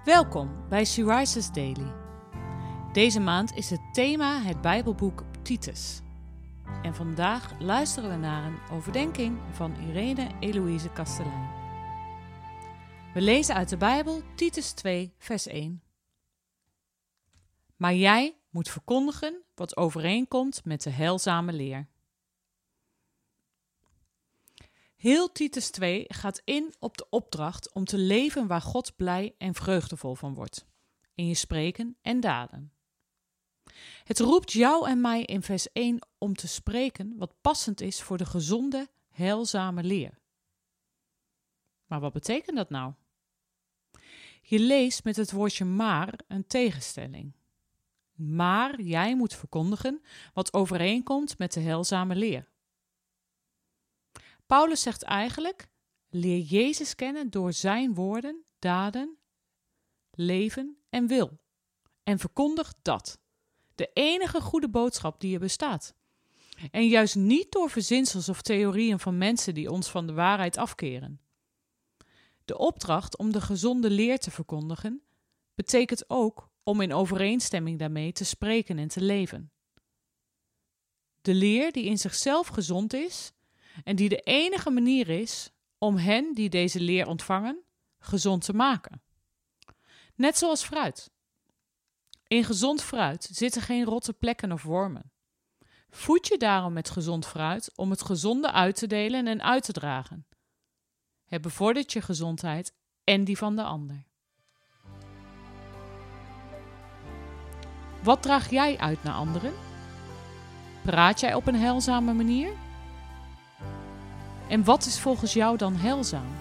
Welkom bij She Rises Daily. Deze maand is het thema het Bijbelboek Titus. En vandaag luisteren we naar een overdenking van Irene Eloïse Kastelein. We lezen uit de Bijbel Titus 2, vers 1. Maar jij moet verkondigen wat overeenkomt met de heilzame leer. Heel Titus 2 gaat in op de opdracht om te leven waar God blij en vreugdevol van wordt, in je spreken en daden. Het roept jou en mij in vers 1 om te spreken wat passend is voor de gezonde, heilzame leer. Maar wat betekent dat nou? Je leest met het woordje maar een tegenstelling. Maar jij moet verkondigen wat overeenkomt met de heilzame leer. Paulus zegt eigenlijk, leer Jezus kennen door zijn woorden, daden, leven en wil. En verkondig dat. De enige goede boodschap die er bestaat. En juist niet door verzinsels of theorieën van mensen die ons van de waarheid afkeren. De opdracht om de gezonde leer te verkondigen betekent ook om in overeenstemming daarmee te spreken en te leven. De leer die in zichzelf gezond is en die de enige manier is om hen die deze leer ontvangen, gezond te maken. Net zoals fruit. In gezond fruit zitten geen rotte plekken of wormen. Voed je daarom met gezond fruit om het gezonde uit te delen en uit te dragen. Het bevordert je gezondheid en die van de ander. Wat draag jij uit naar anderen? Praat jij op een heilzame manier? En wat is volgens jou dan heilzaam?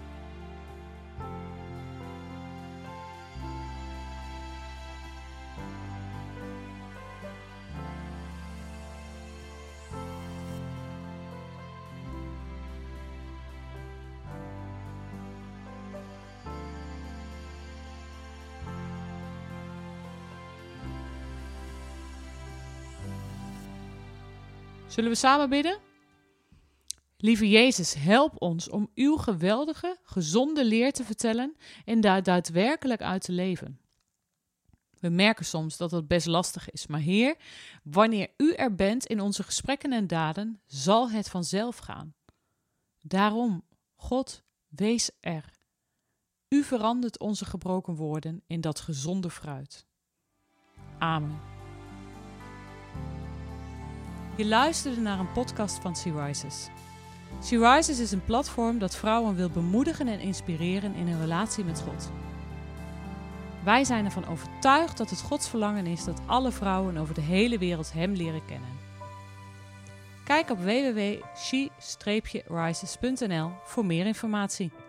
Zullen we samen bidden? Lieve Jezus, help ons om uw geweldige, gezonde leer te vertellen en daar daadwerkelijk uit te leven. We merken soms dat dat best lastig is, maar Heer, wanneer u er bent in onze gesprekken en daden, zal het vanzelf gaan. Daarom, God, wees er. U verandert onze gebroken woorden in dat gezonde fruit. Amen. Je luisterde naar een podcast van She Rises. She Rises is een platform dat vrouwen wil bemoedigen en inspireren in hun relatie met God. Wij zijn ervan overtuigd dat het Gods verlangen is dat alle vrouwen over de hele wereld Hem leren kennen. Kijk op www.she-rises.nl voor meer informatie.